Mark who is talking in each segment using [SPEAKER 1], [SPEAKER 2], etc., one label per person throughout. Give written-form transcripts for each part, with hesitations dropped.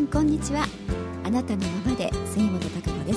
[SPEAKER 1] こんにちは。あなたのままで杉本孝子です。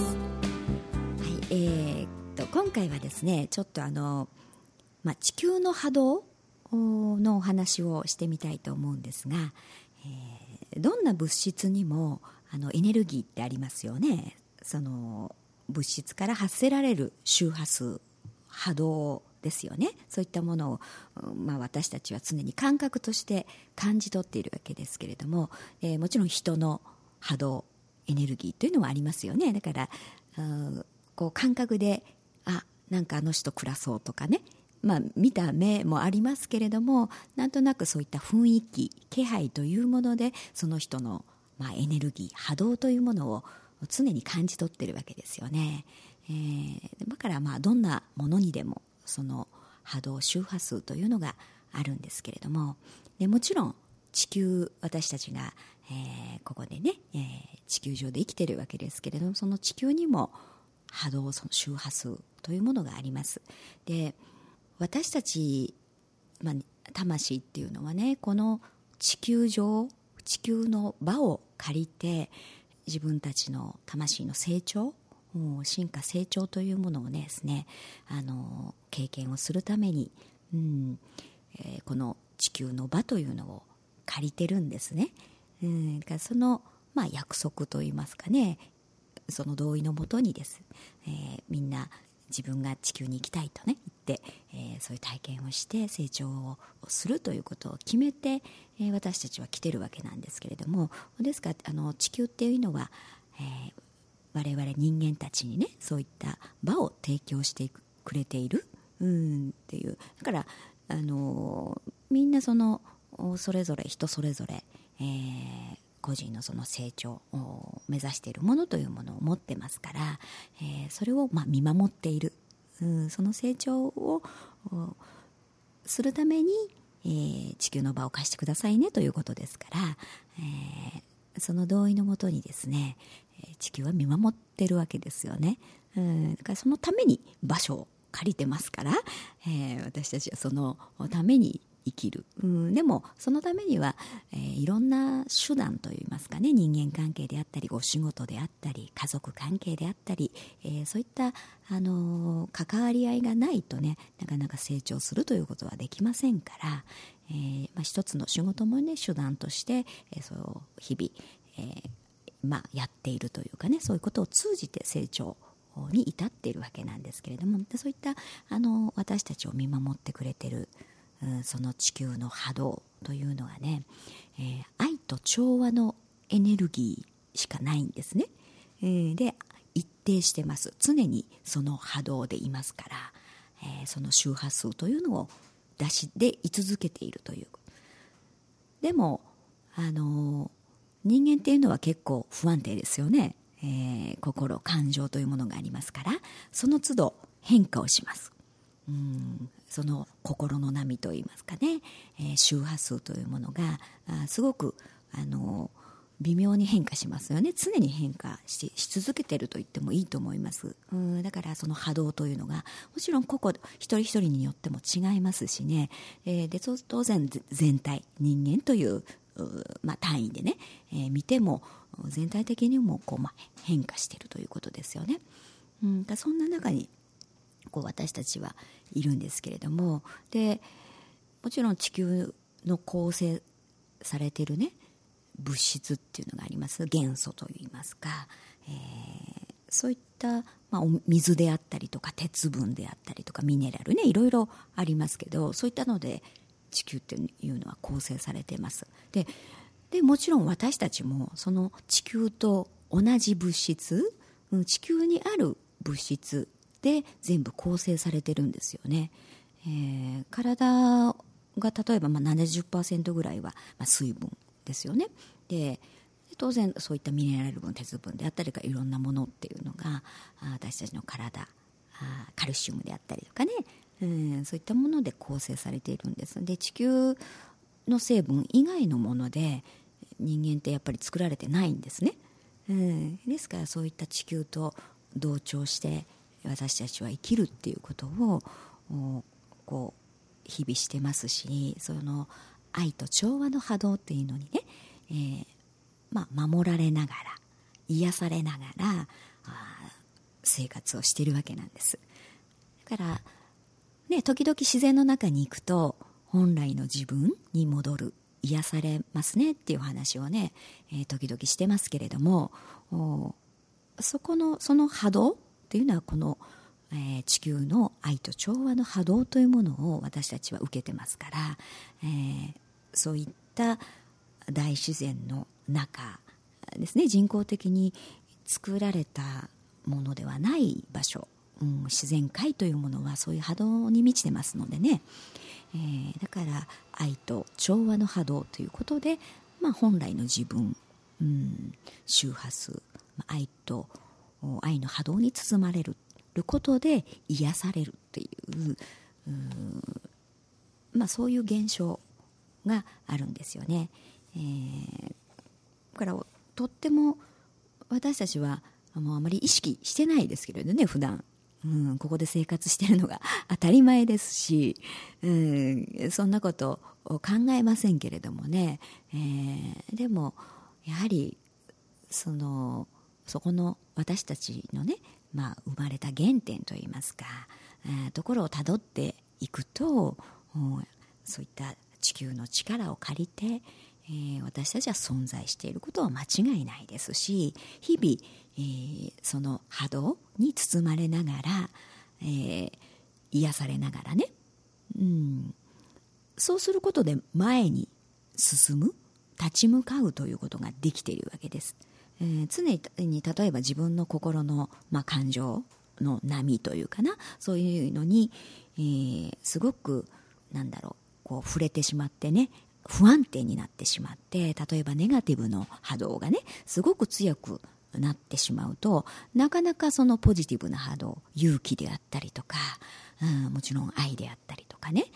[SPEAKER 1] 今回はですね、ちょっと地球の波動のお話をしてみたいと思うんですが、どんな物質にもエネルギーってありますよね。その物質から発せられる周波数、波動ですよね。そういったものを、私たちは常に感覚として感じ取っているわけですけれども、もちろん人の波動、エネルギーというのもありますよね。だからこう感覚でなんかあの人暗そうとかね、見た目もありますけれども、なんとなくそういった雰囲気、気配というものでその人の、エネルギー、波動というものを常に感じ取っているわけですよね。だからどんなものにでもその波動、周波数というのがあるんですけれども、でもちろん地球、私たちが、ここでね、地球上で生きているわけですけれども、その地球にも波動、その周波数というものがあります。で、私たち、魂っていうのはね、この地球上、地球の場を借りて自分たちの魂の成長、進化成長というものをですね、経験をするために、この地球の場というのを借りてるんですね。その、約束といいますかね、その同意のもとにです、みんな自分が地球に行きたいとね言って、そういう体験をして成長をするということを決めて、私たちは来てるわけなんですけれども、ですから地球っていうのは、我々人間たちにね、そういった場を提供してくれている、っていう。だからみんなそれぞれ人それぞれ、個人のその成長を目指しているものというものを持ってますから、それを見守っている、その成長をするために、地球の場を貸してくださいねということですから、その同意のもとにですね、地球は見守ってるわけですよね。だからそのために場所を借りてますから、私たちはそのために生きる。でもそのためには、いろんな手段といいますかね、人間関係であったりお仕事であったり家族関係であったり、そういった関わり合いがないとね、なかなか成長するということはできませんから、一つの仕事もね、手段として、そう日々、やっているというかね、そういうことを通じて成長に至っているわけなんですけれども、そういった私たちを見守ってくれている、その地球の波動というのはね、愛と調和のエネルギーしかないんですね。で、一定してます。常にその波動でいますから、その周波数というのを出しで居続けているという。でも人間っていうのは結構不安定ですよね。心、感情というものがありますから、その都度変化をします。その心の波といいますかね、周波数というものがすごく微妙に変化しますよね。常に変化し続けていると言ってもいいと思います。だからその波動というのがもちろん個々一人一人によっても違いますしね、で当然全体、人間という単位でね、見ても全体的にも変化しているということですよね。そんな中に私たちはいるんですけれども、でもちろん地球の構成されているね、物質っていうのがあります。元素といいますか、そういった、水であったりとか鉄分であったりとかミネラルね、いろいろありますけど、そういったので地球っていうのは構成されています。でもちろん私たちもその地球と同じ物質、地球にある物質で全部構成されてるんですよね。体が例えば70% ぐらいは水分ですよね。で当然そういったミネラル分、鉄分であったりとかいろんなものっていうのが私たちの体、カルシウムであったりとかね、そういったもので構成されているんです。で地球の成分以外のもので人間ってやっぱり作られてないんですね。ですからそういった地球と同調して私たちは生きるっていうことを日々してますし、その愛と調和の波動っていうのにね、 守られながら癒されながら生活をしているわけなんです。だからね、時々自然の中に行くと本来の自分に戻る、癒されますねっていう話をね、時々してますけれども、その波動っていうのはこの、地球の愛と調和の波動というものを私たちは受けてますから、そういった大自然の中ですね、人工的に作られたものではない場所、自然界というものはそういう波動に満ちてますのでね、だから愛と調和の波動ということで、本来の自分、周波数、愛の波動に包まれることで癒されるっていう、そういう現象があるんですよね。だからとっても私たちはもうあまり意識してないですけれどね、普段、ここで生活しているのが当たり前ですし、そんなことを考えませんけれどもね、でもやはりそこの私たちのね、生まれた原点といいますか、ところをたどっていくと、そういった地球の力を借りて、私たちは存在していることは間違いないですし、日々、その波動に包まれながら、癒されながらね、そうすることで前に進む、立ち向かうということができているわけです。常に例えば自分の心の、感情の波というかな、そういうのに、すごく触れてしまってね、不安定になってしまって、例えばネガティブの波動がねすごく強くなってしまうと、なかなかそのポジティブな波動、勇気であったりとか、もちろん愛であったりとかね、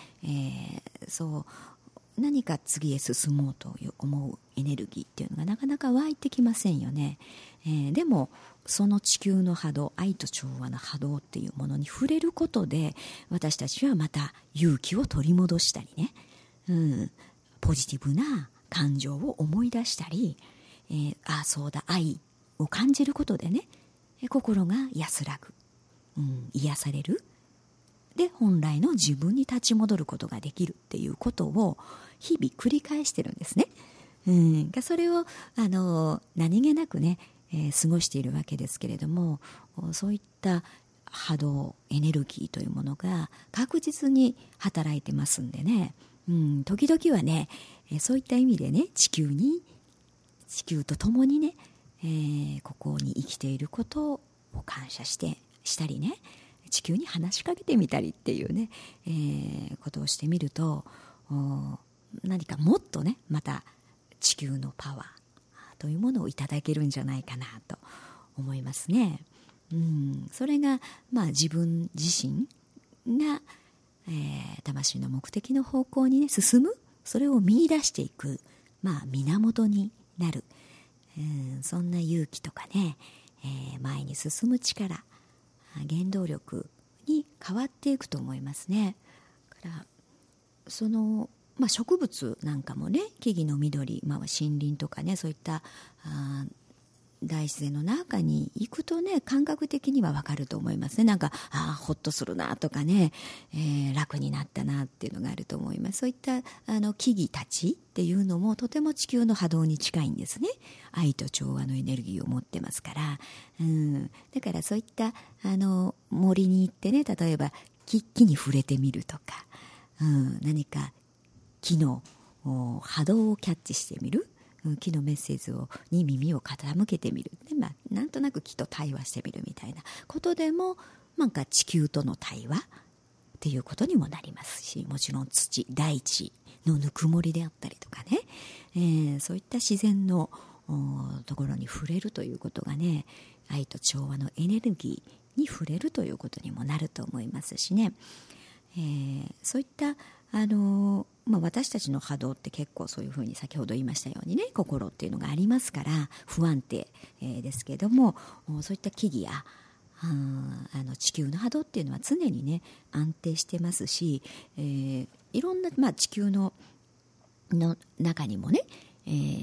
[SPEAKER 1] そう何か次へ進もうと思うエネルギーっていうのがなかなか湧いてきませんよね。でもその地球の波動、愛と調和の波動っていうものに触れることで、私たちはまた勇気を取り戻したりね、ポジティブな感情を思い出したり、そうだ、愛を感じることでね、心が安らぐ、癒される、で本来の自分に立ち戻ることができるっていうことを日々繰り返してるんですね。それを何気なくね、過ごしているわけですけれども、そういった波動、エネルギーというものが確実に働いてますんでね、時々はね、そういった意味でね、地球と共にね、ここに生きていることを感謝したりね、地球に話しかけてみたりっていうね、ことをしてみると、何かもっとね、また地球のパワーというものをいただけるんじゃないかなと思いますね。それが自分自身が、魂の目的の方向にね進む、それを見出していく、源になる、そんな勇気とかね、前に進む力、原動力に変わっていくと思いますね。だから植物なんかもね、木々の緑、森林とかね、そういった大自然の中に行くとね、感覚的には分かると思いますね。ほっとするなとかね、楽になったなっていうのがあると思います。そういった木々たちっていうのもとても地球の波動に近いんですね。愛と調和のエネルギーを持ってますから、だからそういった森に行ってね、例えば木に触れてみるとか、何か木の波動をキャッチしてみる、木のメッセージに耳を傾けてみる、で、なんとなく木と対話してみるみたいなことでも、地球との対話っていうことにもなりますし、もちろん大地のぬくもりであったりとかね、そういった自然のところに触れるということがね、愛と調和のエネルギーに触れるということにもなると思いますしね、そういった私たちの波動って結構そういうふうに先ほど言いましたようにね、心っていうのがありますから不安定、ですけども、そういった木々や地球の波動っていうのは常にね安定してますし、いろんな、地球の中にもね、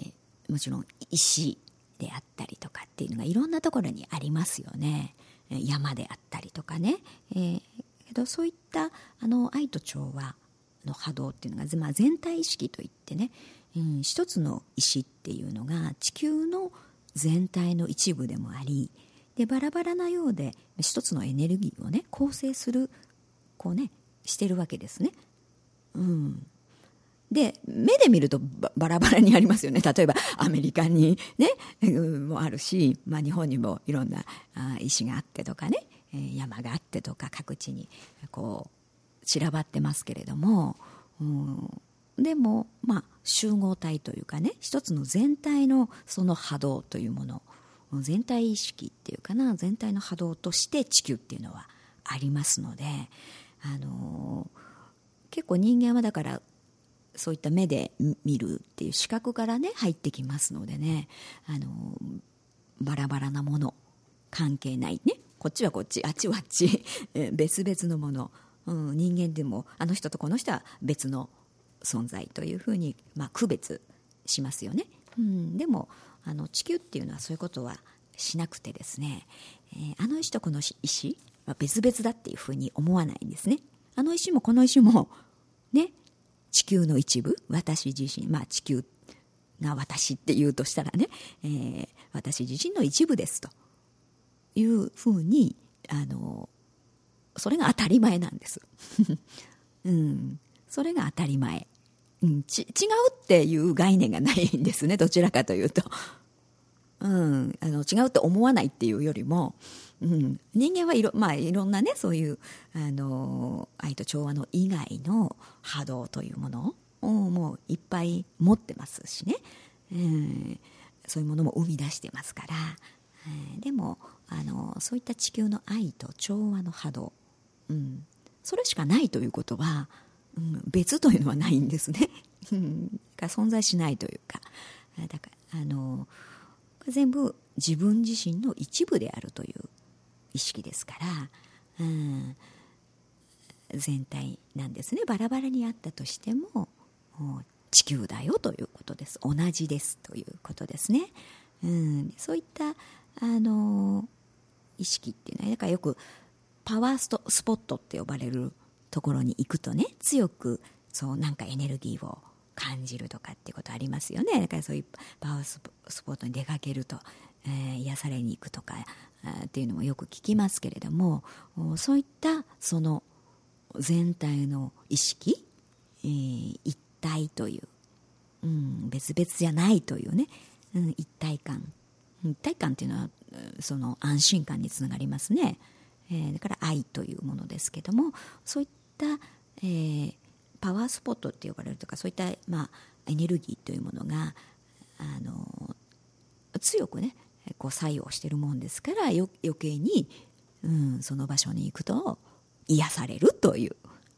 [SPEAKER 1] もちろん石であったりとかっていうのがいろんなところにありますよね。山であったりとかね、けどそういった愛と調和の波動っていうのが、全体意識といってね、一つの石っていうのが地球の全体の一部でもあり、でバラバラなようで一つのエネルギーをね構成するしてるわけですね。で目で見るとバラバラにありますよね。例えばアメリカにね、もあるし、日本にもいろんな石があってとかね、山があってとか各地にこう散らばってますけれども、でも集合体というかね、一つの全体のその波動というもの、全体意識っていうかな、全体の波動として地球っていうのはありますので、結構人間はだからそういった目で見るっていう視覚からね入ってきますのでね、バラバラなもの関係ないね、こっちはこっち、あっちはあっち別々のもの、人間でもあの人とこの人は別の存在というふうに、区別しますよね。でも地球っていうのはそういうことはしなくてですね、あの石とこの石は別々だっていうふうに思わないんですね。あの石もこの石もね、地球の一部、私自身、地球が私って言うとしたらね、私自身の一部ですというふうにそれが当たり前なんです、それが当たり前、違うっていう概念がないんですね。どちらかというと、違うと思わないっていうよりも、人間はいろんなね、そういう愛と調和の以外の波動というものをもういっぱい持ってますしね、そういうものも生み出してますから、でもそういった地球の愛と調和の波動、それしかないということは、別というのはないんですね。が存在しないというか、だから全部自分自身の一部であるという意識ですから、全体なんですね。バラバラにあったとしても地球だよということです。同じですということですね。そういった意識っていうのは、だからよくパワースポットって呼ばれるところに行くとね、強くなんかエネルギーを感じるとかっていうことありますよね。だからそういうパワースポットに出かけると、癒されに行くとかっていうのもよく聞きますけれども、そういったその全体の意識、一体という、別々じゃないというね、一体感っていうのはその安心感につながりますね。だから愛というものですけども、そういった、パワースポットって呼ばれるとか、そういった、エネルギーというものが強くねこう作用しているもんですから、余計に、その場所に行くと癒されるという、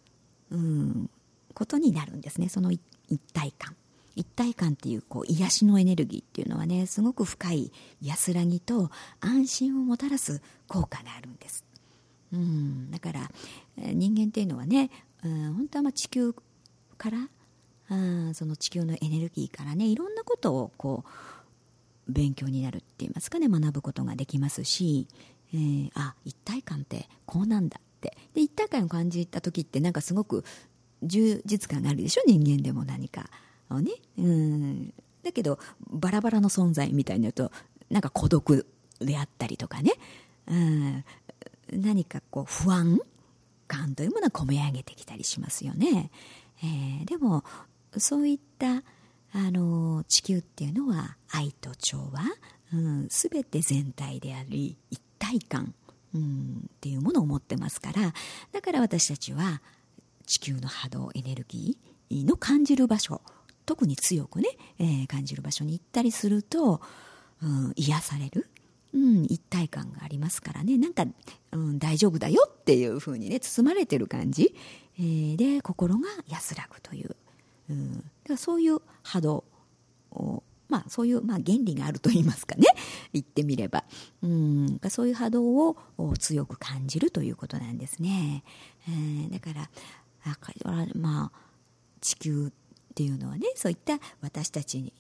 [SPEAKER 1] ことになるんですね。その一体感っていう、癒しのエネルギーっていうのはね、すごく深い安らぎと安心をもたらす効果があるんです。だから人間っていうのはね、本当は地球からその地球のエネルギーからね、いろんなことを勉強になるって言いますかね、学ぶことができますし、一体感ってこうなんだって、で一体感を感じた時ってなんかすごく充実感があるでしょ、人間でも何かをね。だけどバラバラの存在みたいになるとなんか孤独であったりとかね、何か不安感というものは込め上げてきたりしますよね。でもそういった地球っていうのは愛と調和、全て全体であり一体感、っていうものを持ってますから、だから私たちは地球の波動エネルギーの感じる場所、特に強くね、感じる場所に行ったりすると、癒される、一体感がありますからね、なんか、大丈夫だよっていう風にね包まれてる感じ、で心が安らぐという、だからそういう波動を、そういう原理があると言いますかね、言ってみれば、そういう波動を強く感じるということなんですね。だから地球っていうのはね、そういった私たち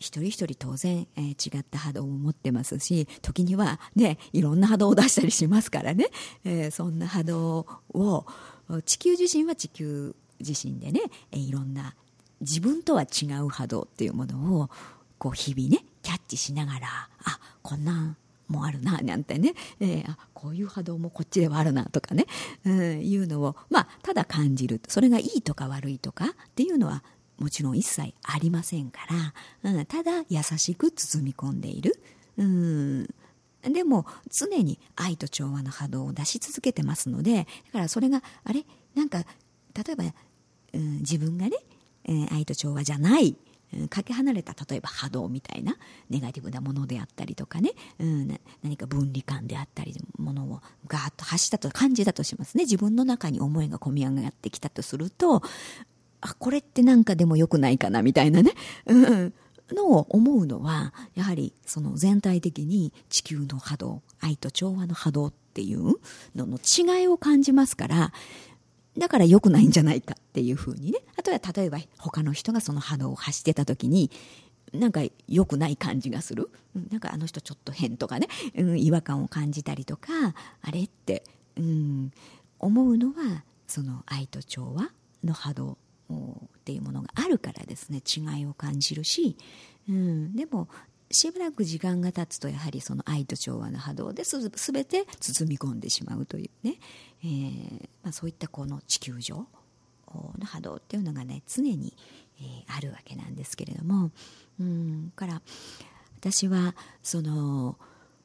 [SPEAKER 1] 一人一人当然、違った波動を持ってますし、時にはねいろんな波動を出したりしますからね、そんな波動を地球自身は地球自身でね、いろんな自分とは違う波動っていうものをこう日々ねキャッチしながら、あ、こんなんもあるななんてね、あ、こういう波動もこっちではあるなとかね、いうのを、ただ感じる。それがいいとか悪いとかっていうのはもちろん一切ありませんから、ただ優しく包み込んでいる、でも常に愛と調和の波動を出し続けてますので、だからそれがなんか例えば、自分がね、愛と調和じゃないかけ離れた例えば波動みたいなネガティブなものであったりとかね、何か分離感であったりものをガーッと発したと感じだとしますね。自分の中に思いが込み上がってきたとすると、あ、これってなんかでも良くないかなみたいなね、のを思うのはやはりその全体的に地球の波動、愛と調和の波動っていうのの違いを感じますから、だから良くないんじゃないかっていうふうにね。あとは例えば他の人がその波動を発してた時になんか良くない感じがする、なんかあの人ちょっと変とかね、違和感を感じたりとか、あれって、思うのはその愛と調和の波動っていうものがあるからですね、違いを感じるし、でもしばらく時間が経つとやはりその愛と調和の波動で全て包み込んでしまうというね、そういったこの地球上の波動っていうのがね常に、あるわけなんですけれども、から私はその、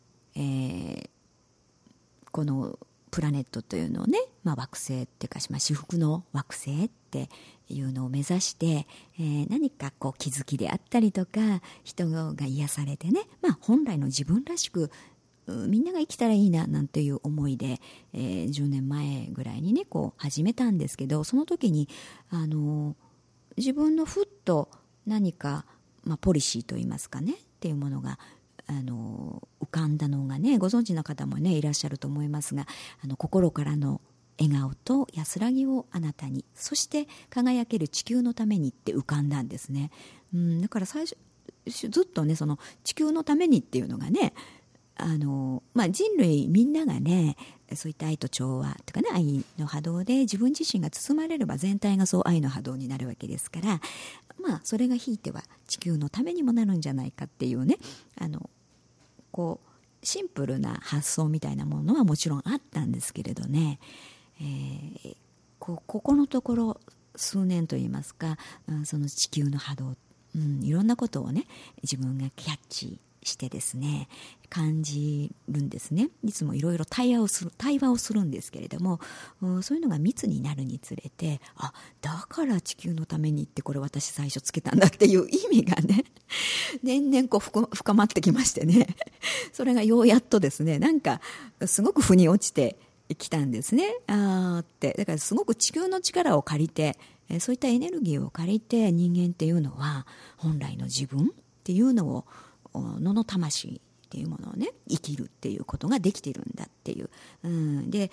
[SPEAKER 1] このプラネットというのをね、惑星っていうか、至福の惑星っていうのを目指して、何かこう気づきであったりとか人が癒されてね、本来の自分らしくみんなが生きたらいいななんていう思いで、10年前ぐらいにねこう始めたんですけど、その時に自分のふっと何か、ポリシーといいますかねっていうものが浮かんだのがね、ご存知の方もねいらっしゃると思いますが、心からの笑顔と安らぎをあなたに、そして輝ける地球のためにって浮かんだんですね。だから最初ずっとねその地球のためにっていうのがね、人類みんながねそういった愛と調和とかね、愛の波動で自分自身が包まれれば全体がそう愛の波動になるわけですから、それがひいては地球のためにもなるんじゃないかっていうね、こうシンプルな発想みたいなものはもちろんあったんですけれどね、ここのところ数年といいますか、その地球の波動、いろんなことをね自分がキャッチしてですね感じるんですね。いつもいろいろ対話をするんですけれども、そういうのが密になるにつれて、だから地球のためにってこれ私最初つけたんだっていう意味がね年々こう深まってきましてねそれがようやっとですねなんかすごく腑に落ちてきたんですね。ってだからすごく地球の力を借りて、そういったエネルギーを借りて人間っていうのは本来の自分っていうのをの魂っていうものをね生きるっていうことができているんだっていう、で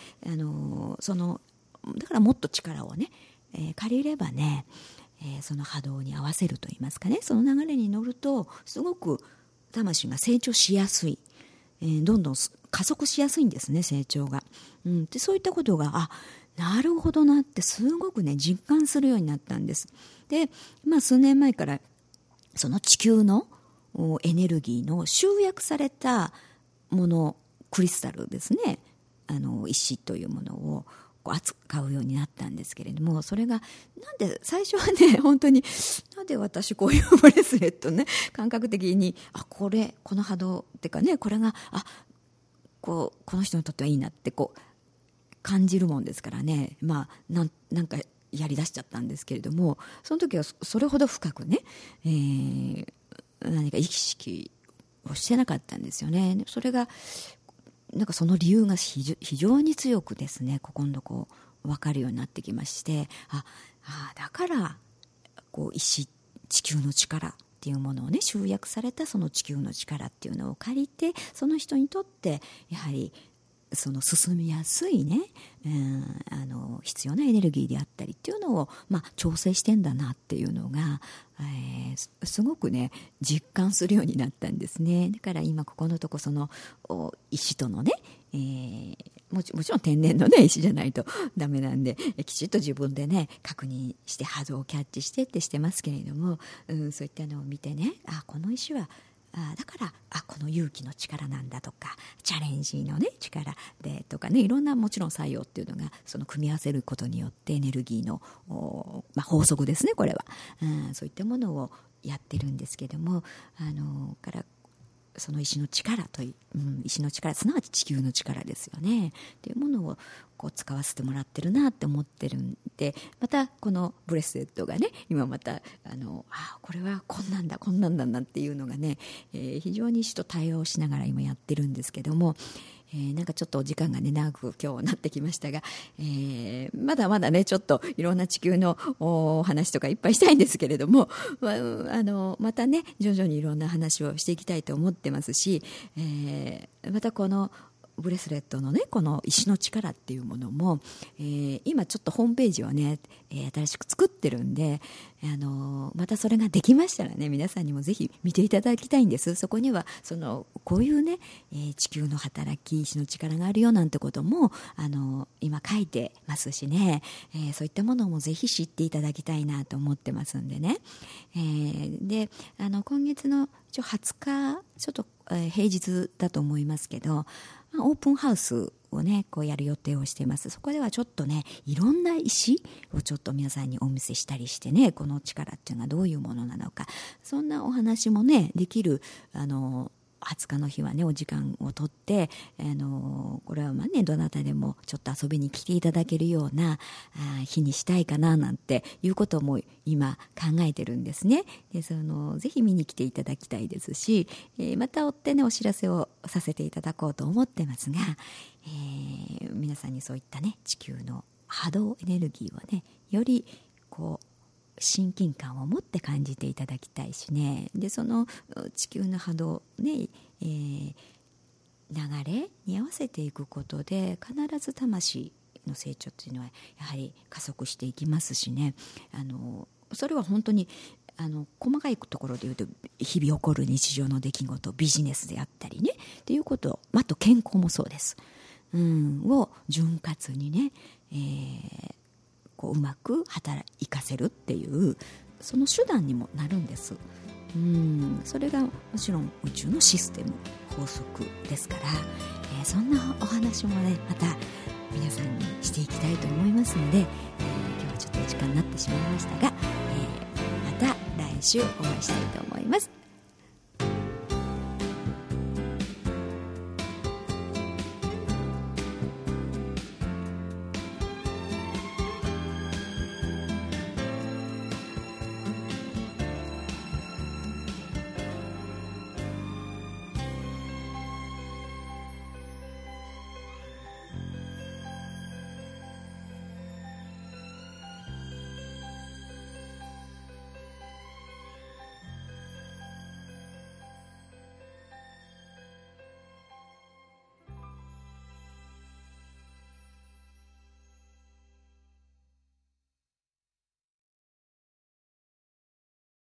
[SPEAKER 1] だからもっと力をね、借りればね、その波動に合わせるといいますかね、その流れに乗るとすごく魂が成長しやすい、どんどん加速しやすいんですね、成長が。でそういったことがなるほどなってすごくね実感するようになったんです。で、数年前からその地球のエネルギーの集約されたもの、クリスタルですね、石というものをこう扱うようになったんですけれども、それがなんで最初はね本当になんで私こういうブレスレットね感覚的にこの波動っていうかね、これがこの人にとってはいいなってこう感じるもんですからね、なんかやりだしちゃったんですけれども、その時はそれほど深くね、何か意識をしてなかったんですよね。それがなんかその理由が非常に強くですね今度こう分かるようになってきまして、だからこう地球の力っていうものをね集約されたその地球の力っていうのを借りて、その人にとってやはりその進みやすいね、必要なエネルギーであったりっていうのを、調整してんだなっていうのが、すごくね実感するようになったんですね。だから今ここのとこその石とのね、もちろん天然のね石じゃないとダメなんで、きちっと自分でね確認して波動をキャッチしてってしてますけれども、そういったのを見てね、この石はだからこの勇気の力なんだとか、チャレンジのね力でとかね、いろんなもちろん作用っていうのがその組み合わせることによってエネルギーの法則ですね、これは、そういったものをやってるんですけども、からその石の力という、石の力すなわち地球の力ですよねっていうものをこう使わせてもらってるなって思ってるんで、またこのブレスレットがね今またこれはこんなんだなっていうのがね、非常に石と対応しながら今やってるんですけども、なんかちょっとお時間がね長く今日はなってきましたが、まだまだねちょっといろんな地球のお話とかいっぱいしたいんですけれども、またね徐々にいろんな話をしていきたいと思ってますし、またこのブレスレットのねこの石の力っていうものも、今ちょっとホームページをね、新しく作ってるんで、またそれができましたらね皆さんにもぜひ見ていただきたいんです。そこにはこういうね、地球の働き石の力があるよなんてことも今書いてますしね、そういったものもぜひ知っていただきたいなと思ってますんでね、で今月の一応20日ちょっと、平日だと思いますけど、オープンハウスをねこうやる予定をしています。そこではちょっとねいろんな石をちょっと皆さんにお見せしたりしてね、この力っていうのはどういうものなのか、そんなお話もねできる20日の日はねお時間をとって、これはどなたでもちょっと遊びに来ていただけるような日にしたいかななんていうことも今考えてるんですね。でぜひ見に来ていただきたいですし、また追ってねお知らせをさせていただこうと思ってますが、皆さんにそういったね地球の波動エネルギーをねよりこう親近感を持って感じていただきたいしね、でその地球の波動ね、流れに合わせていくことで必ず魂の成長というのはやはり加速していきますしね、それは本当に細かいところで言うと日々起こる日常の出来事、ビジネスであったりねっていうこと、あと健康もそうです、を潤滑にね、こううまく活かせるっていうその手段にもなるんです。それがもちろん宇宙のシステム法則ですから、そんなお話もねまた皆さんにしていきたいと思いますので、今日はちょっとお時間になってしまいましたが、また来週お会いしたいと思います。